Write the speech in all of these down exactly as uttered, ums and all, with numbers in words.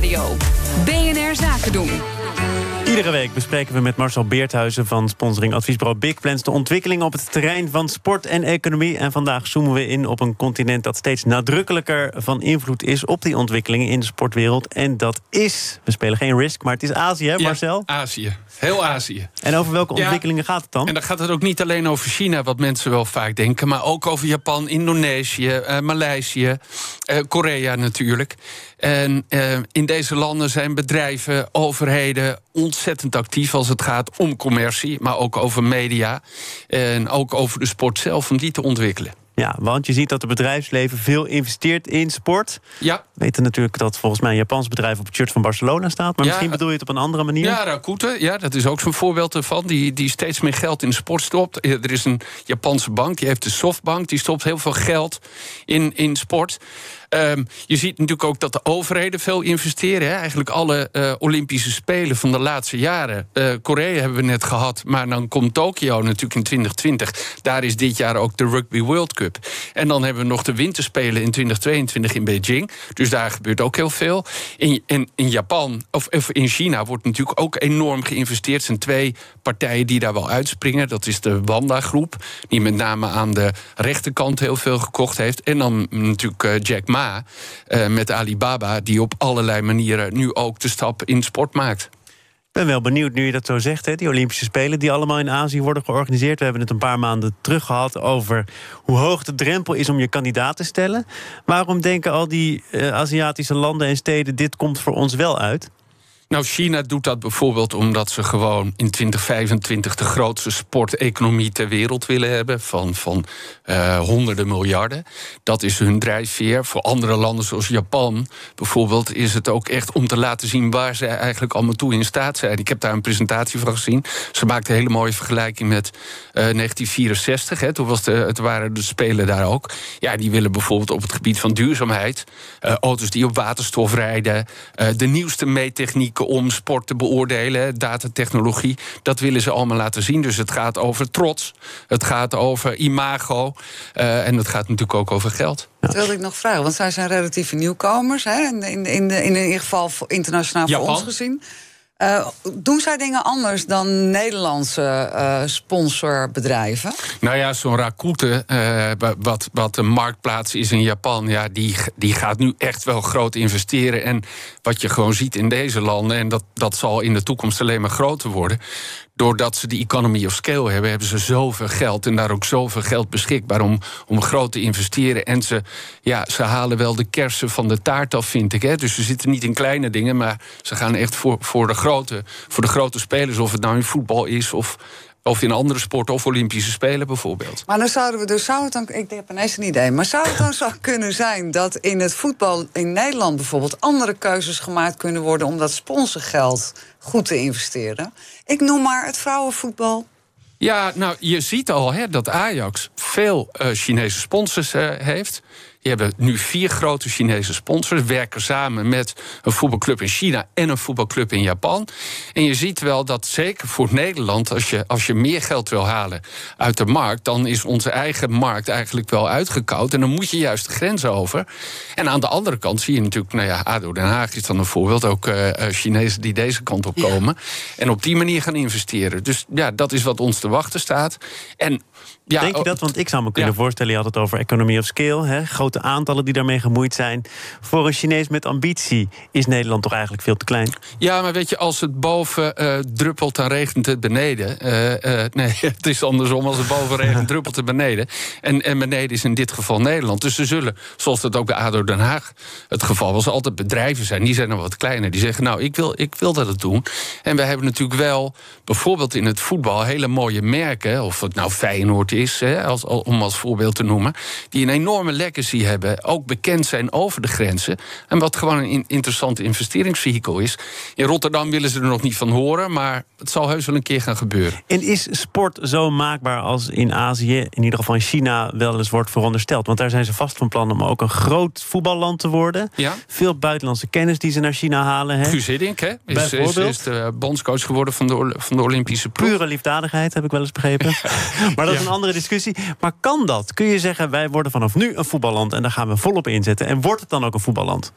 Nieuwsradio. B N R Zaken doen. Iedere week bespreken we met Marcel Beerthuizen van sponsoring adviesbureau Big Plans de ontwikkelingen op het terrein van sport en economie. En vandaag zoomen we in op een continent dat steeds nadrukkelijker van invloed is op die ontwikkelingen in de sportwereld. En dat is, we spelen geen Risk, maar het is Azië, hè, Marcel? Ja, Azië. Heel Azië. En over welke ontwikkelingen ja, gaat het dan? En dan gaat het ook niet alleen over China, wat mensen wel vaak denken, maar ook over Japan, Indonesië, uh, Maleisië, uh, Korea natuurlijk. En uh, in deze landen zijn bedrijven, overheden ontzettend actief als het gaat om commercie, maar ook over media en ook over de sport zelf, om die te ontwikkelen. Ja, want je ziet dat het bedrijfsleven veel investeert in sport. Ja. We weten natuurlijk dat volgens mij een Japans bedrijf op het shirt van Barcelona staat. Maar ja, misschien bedoel je het op een andere manier? Ja, Rakuten, ja, dat is ook zo'n voorbeeld ervan. Die, die steeds meer geld in de sport stopt. Er is een Japanse bank, die heeft de Softbank. Die stopt heel veel geld in, in sport. Um, je ziet natuurlijk ook dat de overheden veel investeren. Hè. Eigenlijk alle uh, Olympische Spelen van de laatste jaren. Uh, Korea hebben we net gehad, maar dan komt Tokio natuurlijk in twintig twintig. Daar is dit jaar ook de Rugby World Cup. En dan hebben we nog de Winterspelen in twintig tweeëntwintig in Beijing. Dus daar gebeurt ook heel veel. In, in, in Japan, of, of in China, wordt natuurlijk ook enorm geïnvesteerd. Er zijn twee partijen die daar wel uitspringen. Dat is de Wanda-groep, die met name aan de rechterkant heel veel gekocht heeft. En dan natuurlijk uh, Jack Ma. Uh, met Alibaba, die op allerlei manieren nu ook de stap in sport maakt. Ik ben wel benieuwd, nu je dat zo zegt, hè, die Olympische Spelen die allemaal in Azië worden georganiseerd. We hebben het een paar maanden terug gehad over hoe hoog de drempel is om je kandidaat te stellen. Waarom denken al die uh, Aziatische landen en steden, dit komt voor ons wel uit? Nou, China doet dat bijvoorbeeld omdat ze gewoon in twintig vijfentwintig de grootste sporteconomie ter wereld willen hebben. Van, van uh, honderden miljarden. Dat is hun drijfveer. Voor andere landen zoals Japan bijvoorbeeld is het ook echt om te laten zien waar ze eigenlijk allemaal toe in staat zijn. Ik heb daar een presentatie van gezien. Ze maakte een hele mooie vergelijking met uh, negentien vierenzestig. Hè. Toen was de, het waren de Spelen daar ook. Ja, die willen bijvoorbeeld op het gebied van duurzaamheid uh, auto's die op waterstof rijden, uh, de nieuwste meettechniek om sport te beoordelen, datatechnologie, dat willen ze allemaal laten zien. Dus het gaat over trots, het gaat over imago uh, en het gaat natuurlijk ook over geld. Dat wilde ik nog vragen, want zij zijn relatieve nieuwkomers, hè? In, in, in, in ieder geval internationaal voor Japan. ons gezien. Uh, doen zij dingen anders dan Nederlandse uh, sponsorbedrijven? Nou ja, zo'n Rakuten, uh, wat, wat een marktplaats is in Japan, ja, die, die gaat nu echt wel groot investeren. En wat je gewoon ziet in deze landen, en dat, dat zal in de toekomst alleen maar groter worden, doordat ze die economy of scale hebben, hebben ze zoveel geld en daar ook zoveel geld beschikbaar om, om groot te investeren. En ze, ja, ze halen wel de kersen van de taart af, vind ik. Hè. Dus ze zitten niet in kleine dingen, maar ze gaan echt voor, voor, de, grote, voor de grote spelers. Of het nou in voetbal is of, of in andere sporten of Olympische Spelen bijvoorbeeld. Maar dan zouden we dus, zou het dan, ik heb ineens een idee, maar zou het dan zo kunnen zijn dat in het voetbal in Nederland bijvoorbeeld andere keuzes gemaakt kunnen worden om dat sponsorgeld goed te investeren? Ik noem maar het vrouwenvoetbal. Ja, nou, je ziet al hè, dat Ajax veel uh, Chinese sponsors uh, heeft. Die hebben nu vier grote Chinese sponsors, werken samen met een voetbalclub in China en een voetbalclub in Japan. En je ziet wel dat zeker voor Nederland, als je, als je meer geld wil halen uit de markt, dan is onze eigen markt eigenlijk wel uitgekoud. En dan moet je juist de grens over. En aan de andere kant zie je natuurlijk, nou ja, A D O Den Haag is dan een voorbeeld, ook uh, Chinezen die deze kant op komen. Ja. En op die manier gaan investeren. Dus ja, dat is wat ons te wachten staat. En ja, denk je dat? Want ik zou me kunnen ja. voorstellen, je had het over economy of scale, hè, grote aantallen die daarmee gemoeid zijn. Voor een Chinees met ambitie is Nederland toch eigenlijk veel te klein? Ja, maar weet je, als het boven uh, druppelt, dan regent het beneden. Uh, uh, nee, het is andersom. Als het boven regent, druppelt het beneden. En, en beneden is in dit geval Nederland. Dus er zullen, zoals dat ook bij A D O Den Haag het geval was, altijd bedrijven zijn. Die zijn nog wat kleiner. Die zeggen, nou, ik wil, ik wil dat het doen. En we hebben natuurlijk wel, bijvoorbeeld in het voetbal, hele mooie merken. Of het nou Feyenoord is, hè, als, om als voorbeeld te noemen, die een enorme legacy hebben, ook bekend zijn over de grenzen. En wat gewoon een interessant investeringsvehikel is. In Rotterdam willen ze er nog niet van horen, maar het zal heus wel een keer gaan gebeuren. En is sport zo maakbaar als in Azië, in ieder geval in China, wel eens wordt verondersteld? Want daar zijn ze vast van plan om ook een groot voetballand te worden. Ja. Veel buitenlandse kennis die ze naar China halen. Hè? Guus Hiddink, hè, is, is, is de bondscoach geworden van de, van de Olympische ploeg. Pure liefdadigheid, heb ik wel eens begrepen. Maar dat is ja. een andere discussie. Maar kan dat? Kun je zeggen, wij worden vanaf nu een voetballand en daar gaan we volop inzetten? En wordt het dan ook een voetballand?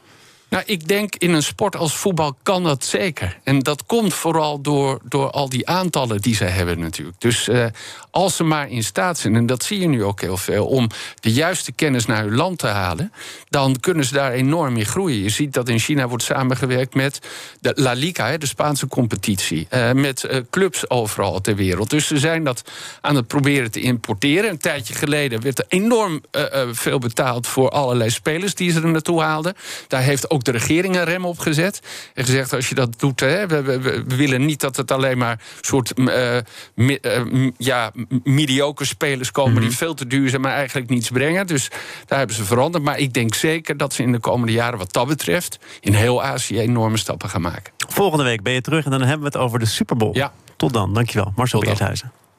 Nou, ik denk in een sport als voetbal kan dat zeker. En dat komt vooral door, door al die aantallen die ze hebben natuurlijk. Dus uh, als ze maar in staat zijn, en dat zie je nu ook heel veel, om de juiste kennis naar hun land te halen, dan kunnen ze daar enorm in groeien. Je ziet dat in China wordt samengewerkt met de La Liga, de Spaanse competitie, uh, met uh, clubs overal ter wereld. Dus ze zijn dat aan het proberen te importeren. Een tijdje geleden werd er enorm uh, uh, veel betaald voor allerlei spelers die ze er naartoe haalden. Daar heeft ook de regering een rem op gezet. En gezegd, als je dat doet, hè, we, we, we willen niet dat het alleen maar soort uh, mi, uh, ja, mediocre spelers komen mm-hmm. die veel te duur zijn, maar eigenlijk niets brengen. Dus daar hebben ze veranderd. Maar ik denk zeker dat ze in de komende jaren wat dat betreft in heel Azië enorme stappen gaan maken. Volgende week ben je terug en dan hebben we het over de Super Bowl. Ja. Tot dan, dankjewel. Marcel Beerthuizen.